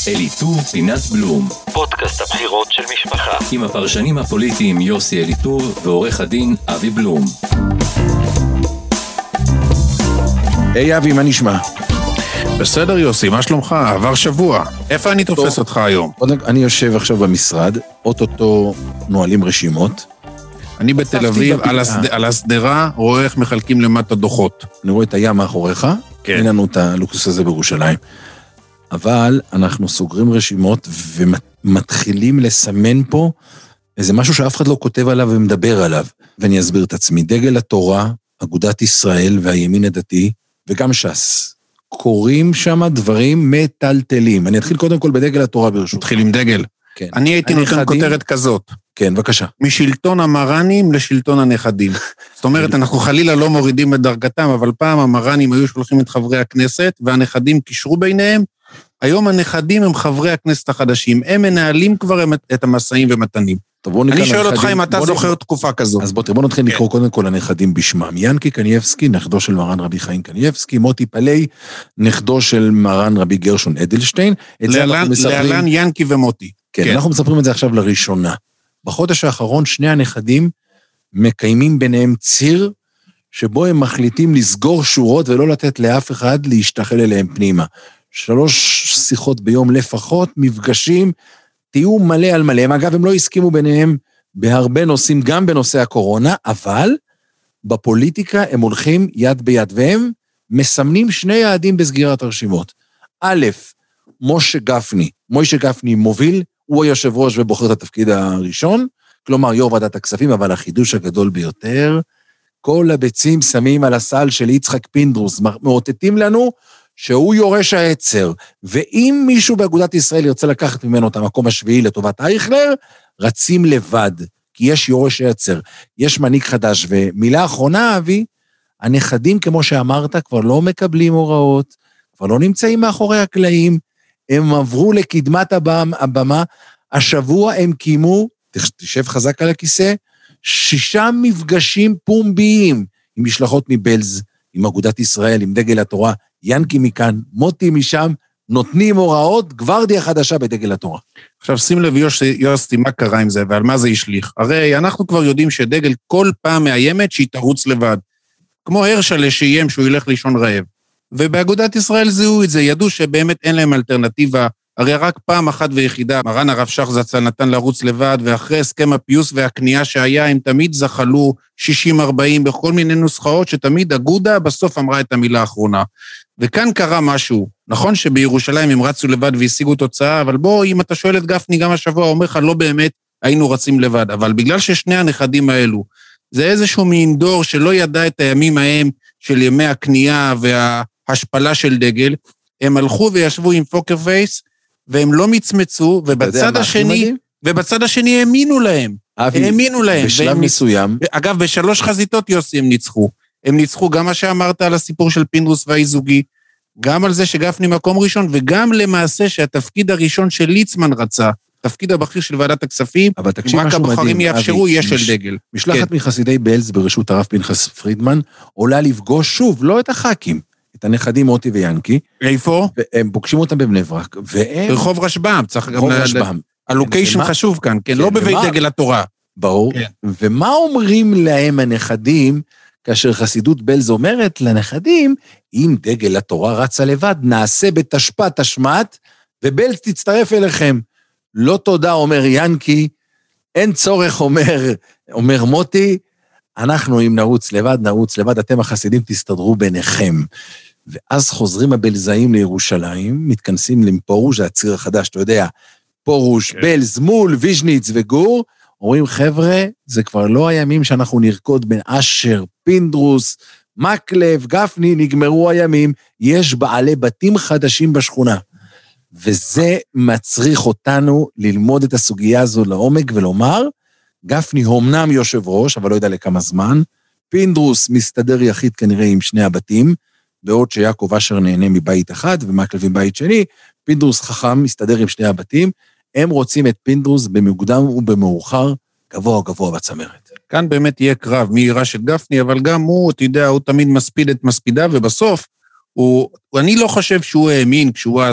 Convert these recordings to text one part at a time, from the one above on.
אליטור פינת בלום, פודקאסט הבחירות של משפחה, עם הפרשנים הפוליטיים יוסי אליטור ועורך הדין אבי בלום. היי אבי, מה נשמע? בסדר יוסי, מה שלומך? עבר שבוע. איפה אני תופס אותך היום? אני יושב עכשיו במשרד, אוטוטו נועלים רשימות. אני בתל אביב, על הסדרה, רואה איך מחלקים למטה דוחות. אני רואה את הים מאחוריך, כן. אין לנו את הלוקסוס הזה בירושלים. אבל אנחנו סוגרים רשימות ומתחילים לסמן פה איזה משהו שאף אחד לא כותב עליו ומדבר עליו. ואני אסביר את עצמי. דגל התורה, אגודת ישראל והימין הדתי, וגם ש"ס. קוראים שם דברים מטלטלים. אני אתחיל קודם כל בדגל התורה ברשות. נתחיל עם דגל. כן. אני הייתי נותן כותרת כזאת. כן, בבקשה. משלטון המרנים לשלטון הנכדים. זאת אומרת, אנחנו חלילה לא מורידים את דרגתם, אבל פעם המרנים היו שולחים את חברי הכנסת, והנכדים קישרו ביניהם. היום הנכדים הם חברי הכנסת החדשים. הם מנהלים כבר את המסעים ומתנים. אני שואל אותך אם אתה זוכר תקופה כזו. אז בוא נתחיל לקרוא קודם כל הנכדים בשמם. ינקי קנייבסקי, נכדו של מרן רבי חיים קנייבסקי, מוטי פלי, נכדו של מרן רבי גרשון אדלשטיין. להלן ינקי ומוטי. כן, אנחנו מספרים את זה עכשיו לראשונה. בחודש האחרון שני הנכדים מקיימים ביניהם ציר, שבו הם מחליטים לסגור שורות ולא לתת לאף אחד להשתחל אליהם פנימה. 3 שיחות ביום לפחות, מפגשים, תהיו מלא על מלא. אגב, הם לא הסכימו ביניהם בהרבה נושאים, גם בנושא הקורונה, אבל בפוליטיקה הם הולכים יד ביד, והם מסמנים 2 יעדים בסגירת הרשימות. א', משה גפני מוביל, הוא היושב ראש ובוחר את התפקיד הראשון, כלומר יו"ר ועדת הכספים, אבל החידוש הגדול ביותר, כל הביצים שמים על הסל של יצחק פינדרוס, מאותתים לנו שהוא יורש העצר, ואם מישהו באגודת ישראל ירצה לקחת ממנו את המקום השביעי לטובת אייכלר, רצים לבד, כי יש יורש העצר, יש מנהיג חדש, ומילה אחרונה, אבי, הנכדים, כמו שאמרת, כבר לא מקבלים הוראות, כבר לא נמצאים מאחורי הקלעים, הם עברו לקדמת הבמה, השבוע הם קיימו, תשב חזק על הכיסא, 6 מפגשים פומביים, עם משלחות מבלז, עם אגודת ישראל, עם דגל התורה, ינקי מכאן, מוטי משם, נותנים הוראות, גוורדיה חדשה בדגל התורה. עכשיו שים לב יוסי, מה קרה עם זה ועל מה זה ישליך? הרי אנחנו כבר יודעים שדגל כל פעם מאיימת שהיא תרוץ לבד. כמו הרשלה שאיים שהוא ילך לישון רעב. ובאגודת ישראל זיהו את זה, ידעו שבאמת אין להם אלטרנטיבה, הרי רק פעם אחת ויחידה, מרן הרב שך זצ"ל נתן לרוץ לבד, ואחרי הסכם הפיוס והקנייה שהיה, הם תמיד זחלו 60-40 בכל מיני נוסחאות, שתמיד אגודה בסוף אמרה את המילה האחרונה. וכאן קרה משהו, נכון שבירושלים הם רצו לבד והשיגו תוצאה, אבל בוא, אם אתה שואל את גפני גם השבוע, אומר לך, לא באמת היינו רצים לבד, אבל בגלל ששני הנכדים האלו, זה איזשהו מין דור שלא ידע את הימים ההם של ימי הקנייה וההשפלה של דגל, הם הלכו וישבו עם פוקר פייס, והם לא מצמצו, ובצד השני האמינו להם. האמינו להם. בשלב מסוים. אגב, ב3 חזיתות יוסי הם ניצחו. הם ניצחו גם מה שאמרת על הסיפור של פינדרוס והאיזוגי, גם על זה שגפני מקום ראשון, וגם למעשה שהתפקיד הראשון של ליצמן רצה, תפקיד הבכיר של ועדת הכספים, אם רק הבוחרים יאפשרו, יש של דגל. משלחת מחסידי בלז בראשות הרב פנחס פרידמן, עולה לפגוש שוב, לא את הח"כים, את הנכדים מוטי וינקי. איפה? הם פוגשים אותם בבני ברק, והם... ברחוב רשב"ם, צריך גם... הלוקיישן חשוב כאן, כן, לא בבית דגל התורה. ברור. ומה אומרים להם הנכדים, כאשר חסידות בלז אומרת לנכדים, אם דגל התורה רצה לבד, נעשה בתשפ"ט תשמ"ט, ובלז תצטרף אליכם. לא תודה, אומר ינקי, אין צורך, אומר מוטי, אנחנו אם נרוץ לבד, אתם החסידים תסתדרו ביניכם. ואז חוזרים הבלזאים לירושלים, מתכנסים לפורוש, זה הציר החדש, אתה יודע, פורוש, בלז, מול, ויז'ניץ וגור, אומרים, חבר'ה, זה כבר לא הימים שאנחנו נרקוד בין אשר, פינדרוס, מקלב, גפני, נגמרו הימים, יש בעלי בתים חדשים בשכונה. וזה מצריך אותנו ללמוד את הסוגיה הזו לעומק ולומר, גפני הומנם יושב ראש, אבל לא יודע לכמה זמן, פינדרוס מסתדר יחיד כנראה עם 2 הבתים, בעוד שיעקב אשר נהנה מבית אחד, ומקלב עם בית שני, פינדרוס חכם מסתדר עם 2 הבתים, הם רוצים את פינדרוס במוקדם ובמאוחר, גבוה בצמרת. כאן באמת יהיה קרב מהירה של גפני, אבל גם הוא, אתה יודע, הוא תמיד מספיד את מספידה, ובסוף, אני לא חושב שהוא האמין, כשהוא אז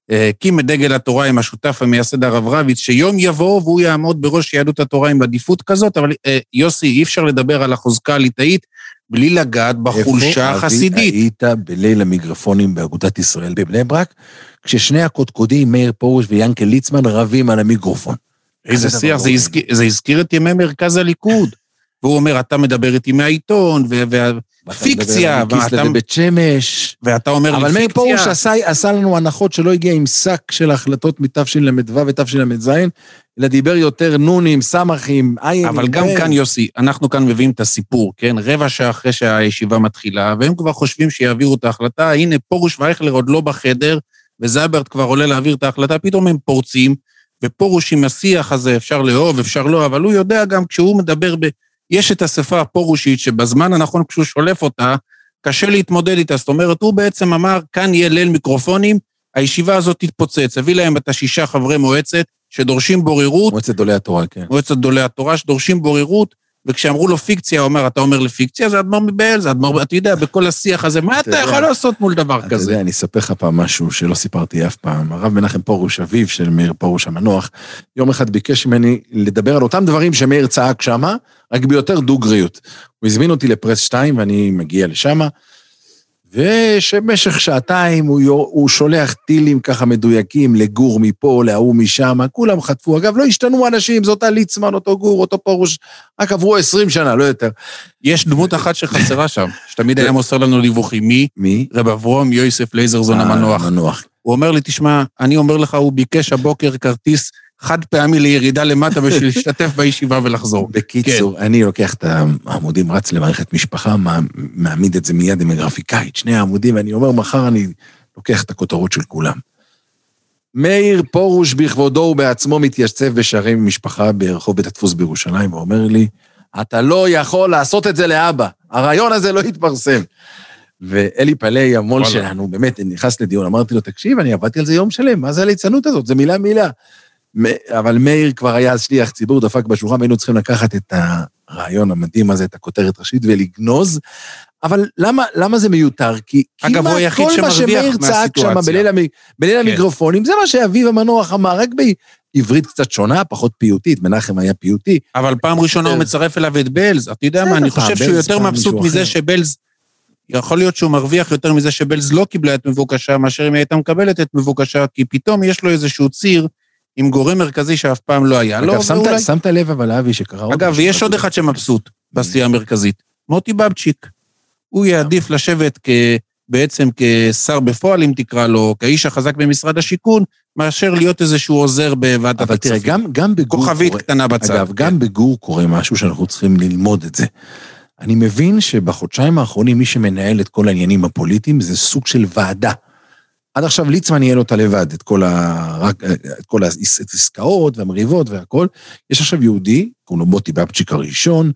הקים את דגל התורה עם השותף המייסד הרב רביץ, שיום יבוא והוא יעמוד בראש יהדות התורה עם עדיפות כזאת, אבל יוסי, אי אפשר לדבר על החוזקה הליטאית, בלי לגעת בחולשה החסידית. היית בליל המיקרופונים באגודת ישראל בבני ברק, כששני הקודקודים, מאיר פרוש ויאנקל ליצמן, רבים על המיקרופון. איזה שיח, זה הזכיר את ימי מרכז הליכוד. והוא אומר, אתה מדבר איתי מהעיתון, ופיקציה, ואתה אומר לי פיקציה. אבל מאיר פרוש עשה לנו הנחות שלא הגיע עם שק של החלטות מתשל"ו ותשל"ז, אלא דיבר יותר נונים, סמכים, עין. אבל גם כאן, יוסי, אנחנו כאן מביאים את הסיפור, כן? רבע שעה אחרי שהישיבה מתחילה, והם כבר חושבים שיעבירו את ההחלטה, הנה פרוש ואייכלר עוד לא בחדר, וזאברט כבר עולה להעביר את ההחלטה, פתאום הם פורצים, ופרוש עם השיח הזה אפשר לאהוב, אפשר לא, אבל הוא יודע גם כשהוא מדבר יש את השפה הפורושית שבזמן הנכון כשהוא שולף אותה, קשה להתמודד איתה, זאת אומרת, הוא בעצם אמר, כאן יהיה ליל מיקרופונים, הישיבה הזאת תתפוצץ, הביא להם את 6 חברי מועצת, שדורשים בוררות. מועצת גדולי התורה, כן. מועצת גדולי התורה, שדורשים בוררות, וכשאמרו לו פיקציה, הוא אומר, אתה אומר לפיקציה, זה אדמו"ר מבעלז, אתה יודע, בכל השיח הזה, מה אתה יכול לעשות מול דבר כזה? אתה יודע, אני אספר לך פעם משהו שלא סיפרתי אף פעם. הרב מנחם פרוש, אביו של מאיר פרוש המנוח, יום אחד ביקש ממני לדבר על אותם דברים שמאיר צעק שמה, רק ביותר דוגריות. הוא הזמין אותי לפרס 2, ואני מגיע לשמה, ושבמשך שעתיים הוא שולח טילים ככה מדויקים לגור מפה, להוא משם, כולם חטפו. אגב, לא השתנו אנשים, זאת ליצמן, אותו גור, אותו פרוש, רק עברו 20 שנה, לא יותר. יש דמות אחת שחסרה שם, שתמיד היה מוסר לנו דיווחים. מי? רב אברהם יוסף לייזרזון המנוח. הוא אומר לי, תשמע, אני אומר לך, הוא ביקש הבוקר כרטיס חד פעמי לירידה למטה בשביל להשתתף בישיבה ולחזור. בקיצור, אני לוקח את העמודים, רץ למערכת משפחה, מעמיד את זה מיד עם הגרפיקאית, 2 העמודים, ואני אומר, מחר אני לוקח את הכותרות של כולם. מאיר פרוש בכבודו ובעצמו מתייצב בשערי משפחה ברחוב בית הדפוס בירושלים, ואומר לי, אתה לא יכול לעשות את זה לאבא, הרעיון הזה לא יתפרסם. ואלי פלאי, המול שלנו, באמת נכנס לדיון, אמרתי לו, תקשיב, אני עבדתי על זה יום שלם, מה זה הליצנות הזאת? זה מילה. אבל מאיר כבר היה שליח ציבור, דפק בשורה, והיינו צריכים לקחת את הרעיון המדהים הזה, את הכותרת ראשית, ולגנוז, אבל למה זה מיותר? כי אגב, הוא היחיד שמרוויח מהסיטואציה. בליל המיקרופונים, זה מה שאביו המנוח אמר, רק בעברית קצת שונה, פחות פיוטית, מנחם היה פיוטי. אבל פעם ראשונה הוא מצרף אליו את בלז, אתה יודע מה, אני חושב שהוא יותר מבסוט מזה שבלז, יכול להיות שהוא מרוויח יותר מזה שבלז לא קיבלה את מבוקשה, מאשר אם הייתה מקבלת את מבוקשה, כי פתאום יש לו איזשהו ציר, עם גורם מרכזי שאף פעם לא היה. אגב, שמת לב אבל אבי שקרה עוד... אגב, יש עוד אחד שמבסוט בעשייה המרכזית, מוטי בבצ'יק. הוא יעדיף לשבת בעצם כשר בפועל, אם תקרא לו, כאיש החזק במשרד השיכון, מאשר להיות איזשהו עוזר בוועדת הכספים. אבל תראה, גם בגור... כוכבית קטנה בצד. אגב, גם בגור קורה משהו שאנחנו צריכים ללמוד את זה. אני מבין שבחודשיים האחרונים מי שמנהל את כל העניינים הפוליטיים זה סוג של ועדה. עד עכשיו ליצמן יהיה לו אותה לבד, את כל העסקאות והמריבות והכל. יש עכשיו יהודי, קוראים לו מוטי בבצ'יק הראשון,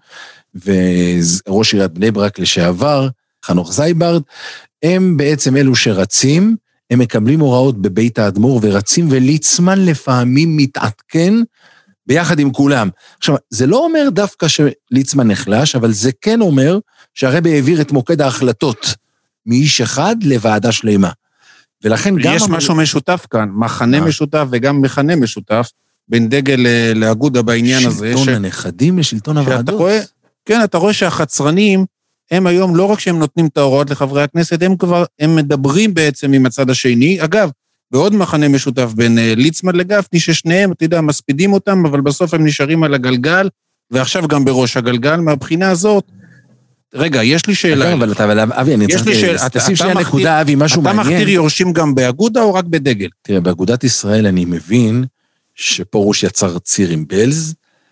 וראש עיריית בני ברק לשעבר, חנוך זייברד, הם בעצם אלו שרצים, הם מקבלים הוראות בבית האדמו"ר ורצים, וליצמן לפעמים מתעדכן ביחד עם כולם. עכשיו, זה לא אומר דווקא שליצמן נחלש, אבל זה כן אומר שהרבי העביר את מוקד ההחלטות מאיש אחד לוועדה שלמה. ולכן גם... יש משהו משותף כאן, מחנה משותף וגם מכנה משותף, בין דגל לאגודה בעניין הזה. שלטון הנכדים לשלטון הוועדות. כן, אתה רואה שהחצרנים, הם היום לא רק שהם נותנים את ההוראות לחברי הכנסת, הם מדברים בעצם עם הצד השני. אגב, בעוד מחנה משותף בין ליצמן לגפני, ששניהם, אתה יודע, מספידים אותם, אבל בסוף הם נשארים על הגלגל, ועכשיו גם בראש הגלגל, מהבחינה הזאת, רגע, יש לי שאלה. אבל אבי, אני צריך תשים שנייה נקודה, אבי, משהו מעניין. אתה מכתיר יורשים גם באגודה או רק בדגל? תראה, באגודת ישראל אני מבין שפרוש יצר ציר עם בלז,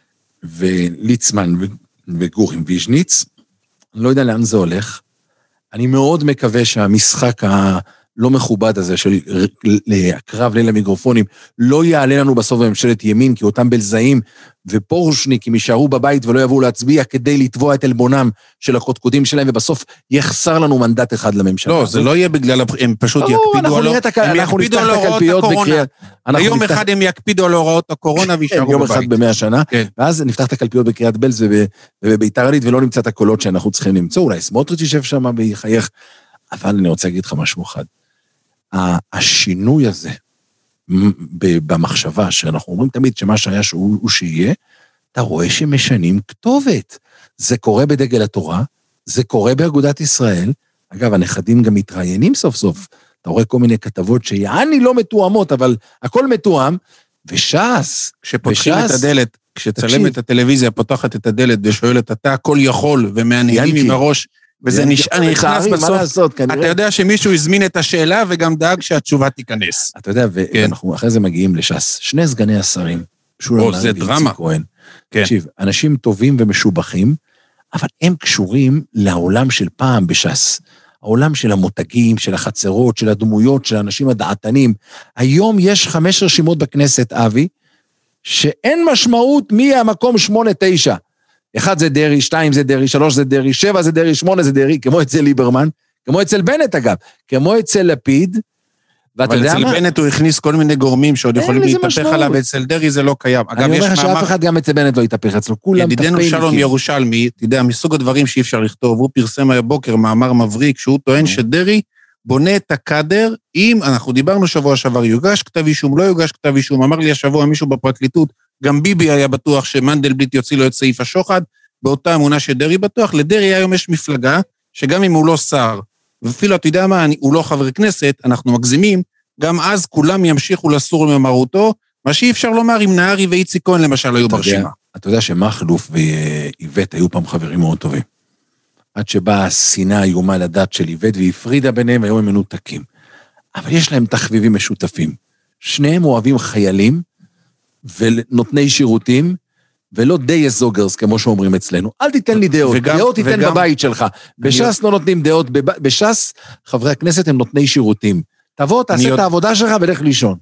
וליצמן וגור עם ויז'ניץ, אני לא יודע לאן זה הולך. אני מאוד מקווה שהמשחק הלא מכובד הזה של הקרב ליל המיקרופונים לא יעלה לנו בסוף בממשלת ימין, כי אותם בלזאים ופורשניקים יישארו בבית ולא יבואו להצביע כדי לתבוע את אלבונם של הקודקודים שלהם, ובסוף יחסר לנו מנדט אחד לממשלה. לא, זה לא יהיה בגלל, הם פשוט יקפידו על הוראות הקורונה. היום אחד הם יקפידו על הוראות הקורונה וישארו בבית. יום אחד ב100 שנה, ואז נפתח את הקלפיות בקריית בלז ובביתר עילית, ולא נמצא את הקולות שאנחנו צריכים למצוא, אולי סמוטריץ' יישב שם ויחייך, אבל אני רוצה להגיד לך משהו אחד. השינוי הזה במחשבה, שאנחנו אומרים תמיד שמה שהיה הוא שיהיה, אתה רואה שמשנים כתובת. זה קורה בדגל התורה, זה קורה באגודת ישראל, אגב, הנכדים גם מתראיינים סוף סוף, אתה רואה כל מיני כתבות שיעני לא מתואמות, אבל הכל מתואם, וש"ס, כשפותחים את הדלת, כשצלמת הטלוויזיה פותחת את הדלת ושואלת, אתה הכל יכול, ומעניינים עם הראש, וזה נכנס בסוף, אתה יודע שמישהו הזמין את השאלה, וגם דאג שהתשובה תיכנס. אתה יודע, ואנחנו אחרי זה מגיעים לש"ס, שני סגני השרים, זה דרמה. תקשיב, אנשים טובים ומשובחים, אבל הם קשורים לעולם של פעם בש"ס, העולם של המותגים, של החצרות, של הדמויות, של האנשים הדעתנים. היום יש 5 רשימות בכנסת, אבי, שאין משמעות מי המקום 8-9. 1 זה דרי, 2 זה דרי, 3 זה דרי, 7 זה דרי, 8 זה דרי, כמו אצל ליברמן, כמו אצל בנט אגב, כמו אצל לפיד, אבל אצל בנט הוא הכניס כל מיני גורמים שעוד יכולים להתהפך עליו, ואצל דרי זה לא קיים. אני אומר לך שאף אחד גם אצל בנט לא יתהפך, אצלו כולם תפי ידידנו שלום ירושלמי, אתה יודע, מסוג הדברים שאי אפשר לכתוב, הוא פרסם הבוקר מאמר מבריק, שהוא טוען שדרי בונה את הקאדר, אם אנחנו דיברנו שבוע שעבר, יוגש כתב אישום, לא יוגש כתב אישום, אמר לי השבוע מישהו בפרקליטות, גם ביבי היה בטוח שמנדלבליט יוציא לו את סעיף השוחד, באותה אמונה שדרי בטוח, לדרי היום יש מפלגה, שגם אם הוא לא שר, ואפילו אתה יודע מה, הוא לא חבר כנסת, אנחנו מגזימים, גם אז כולם ימשיכו לסור ממרותו, מה שאי אפשר לומר אם נהרי ואיציק כהן למשל היו ברשימה. אתה יודע שמחלוף ואיבט היו פעם חברים מאוד טובים. עד שבאה השנאה האיומה לדת של איבט והפרידה ביניהם, היום הם מנותקים. אבל יש להם תחביבים משותפים. שניהם אוהבים חיילים ונותני שירותים, ולא די זוגרס, כמו שאומרים אצלנו. אל תיתן לי דעות, דעות תיתן בבית שלך. בש"ס לא נותנים דעות, בש"ס חברי הכנסת הם נותני שירותים. תבוא, תעשה את העבודה שלך ולך לישון.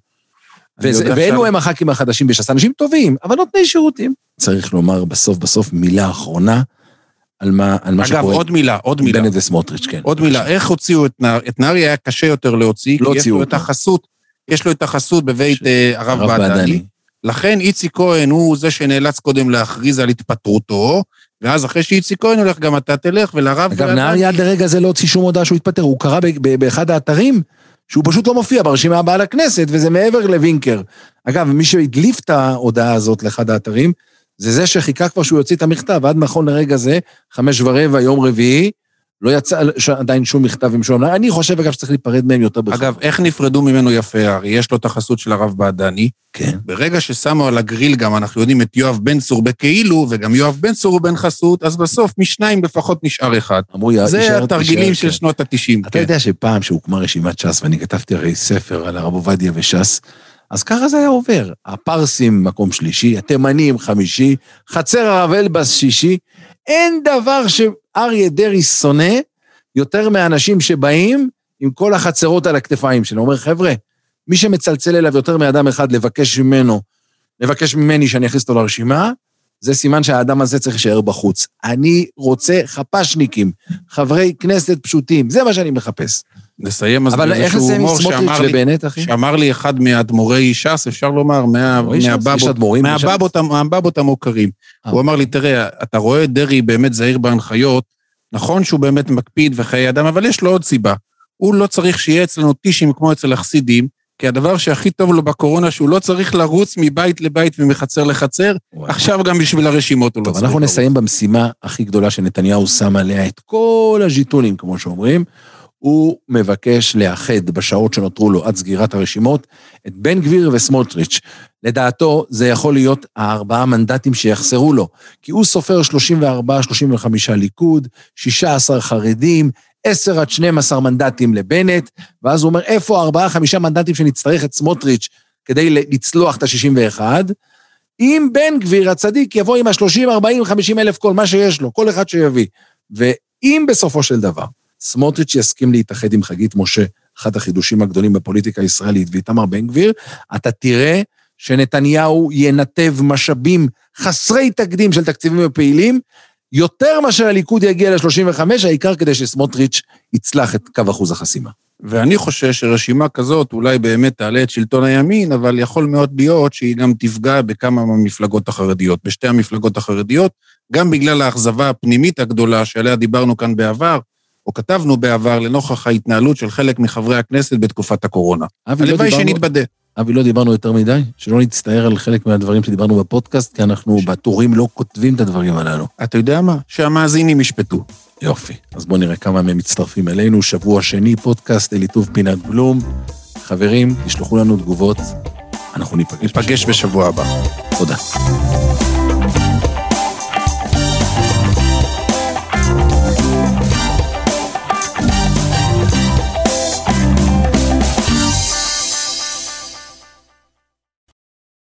ואלו הם הח"כים החדשים בש"ס, אנשים טובים, אבל נותני שירותים. צריך לומר בסוף מילה אחרונה, על מה שקורה. אגב, עוד מילה. בנט וסמוטריץ', כן. עוד מילה, איך הוציאו את נהרי היה קשה יותר להוציא, כי יש לו את החסות בבית הרב בעדני. לכן איציק כהן הוא זה שנאלץ קודם להכריז על התפטרותו, ואז אחרי שאיציק כהן הולך גם אתה תלך ולרב... אגב, נהרי עד לרגע זה לא הוציא שום הודעה שהוא התפטר, הוא קרא באחד האתרים, שהוא פשוט לא מופיע ברשימה הבאה לכנסת, וזה מעבר לווינקר. אגב, מי שהדליף את ההודעה הזאת לאחד האתרים, זה שחיכה כבר שהוא יוציא את המכתב, עד נכון לרגע זה, 5:15, יום רביעי, לא יצא עדיין שום מכתב עם שום... אני חושב אגב שצריך להיפרד מהם יותר בכלל. אגב, איך נפרדו ממנו יפה, הרי יש לו את החסות של הרב בעדני, כן. ברגע ששמו על הגריל גם, אנחנו יודעים את יואב בן צור בכאילו, וגם יואב בן צור הוא בן חסות, אז בסוף משניים לפחות נשאר אחד. זה התרגילים של שנות ה-90. אתה יודע שפעם שהוקמה רשימת ש"ס, ואני כתבתי הרי ספר על הרב עובדיה וש"ס, אז ככה זה היה עובר. הפרסים מקום שלישי, התימנים חמישי, חצר הרב אלבס שישי, אין דבר שאריה דרעי שונא יותר מהאנשים שבאים עם כל החצרות על הכתפיים שלו. הוא אומר, חבר'ה, מי שמצלצל אליו יותר מאדם אחד לבקש ממני שאני אכניס אותו לרשימה, זה סימן שהאדם הזה צריך להישאר בחוץ. אני רוצה חפשניקים, חברי כנסת פשוטים, זה מה שאני מחפש. נסיים אז באיזשהו הומור שאמר לי אחד מהאדמו"רי ש"ס, אפשר לומר, מהבבות המוכרים. הוא אמר לי, תראה, אתה רואה דרעי באמת זהיר בהנחיות, נכון שהוא באמת מקפיד וחיי אדם, אבל יש לו עוד סיבה. הוא לא צריך שיהיה אצלנו טישים כמו אצל החסידים, כי הדבר שהכי טוב לו בקורונה, שהוא לא צריך לרוץ מבית לבית ומחצר לחצר, עכשיו גם בשביל הרשימות הוא לא צריך. אנחנו נסיים במשימה הכי גדולה שנתניהו שם עליה את כל הז'יטונים, כמו שאומרים, הוא מבקש לאחד בשעות שנותרו לו עד סגירת הרשימות, את בן גביר וסמוטריץ'. לדעתו זה יכול להיות 4 מנדטים שיחסרו לו, כי הוא סופר 34-35 ליכוד, 16 חרדים, 10-12 מנדטים לבנט, ואז הוא אומר, איפה 4-5 מנדטים שנצטרך את סמוטריץ' כדי לצלוח את ה-61, אם בן גביר הצדיק יבוא עם ה-30, 40, 50 אלף כל מה שיש לו, כל אחד שיביא, ואם בסופו של דבר, סמוטריץ' יסכים להתאחד עם חגית משה, אחד החידושים הגדולים בפוליטיקה הישראלית, ואיתמר בן גביר, אתה תראה שנתניהו ינתב משאבים חסרי תקדים של תקציבים ופעילים, יותר מה שהליכוד יגיע ל-35, העיקר כדי שסמוטריץ' יצלח את קו אחוז החסימה. ואני חושב שרשימה כזאת אולי באמת תעלה את שלטון הימין, אבל יכול מאוד להיות שהיא גם תפגע בכמה מהמפלגות החרדיות, בשתי המפלגות החרדיות, גם בגלל האכזבה הפנימית הגדולה שעליה דיברנו כאן בעבר, או כתבנו בעבר לנוכח ההתנהלות של חלק מחברי הכנסת בתקופת הקורונה. הלוואי שנתבדה. אבי, לא דיברנו יותר מדי, שלא נצטער על חלק מהדברים שדיברנו בפודקאסט, כי אנחנו בתורים לא כותבים את הדברים הללו. אתה יודע מה? שהמאזינים ישפטו. יופי, אז בואו נראה כמה מהם מצטרפים אלינו. שבוע שני, פודקאסט אליטוב פינת בלום. חברים, תשלחו לנו תגובות. אנחנו ניפגש בשבוע הבא. תודה.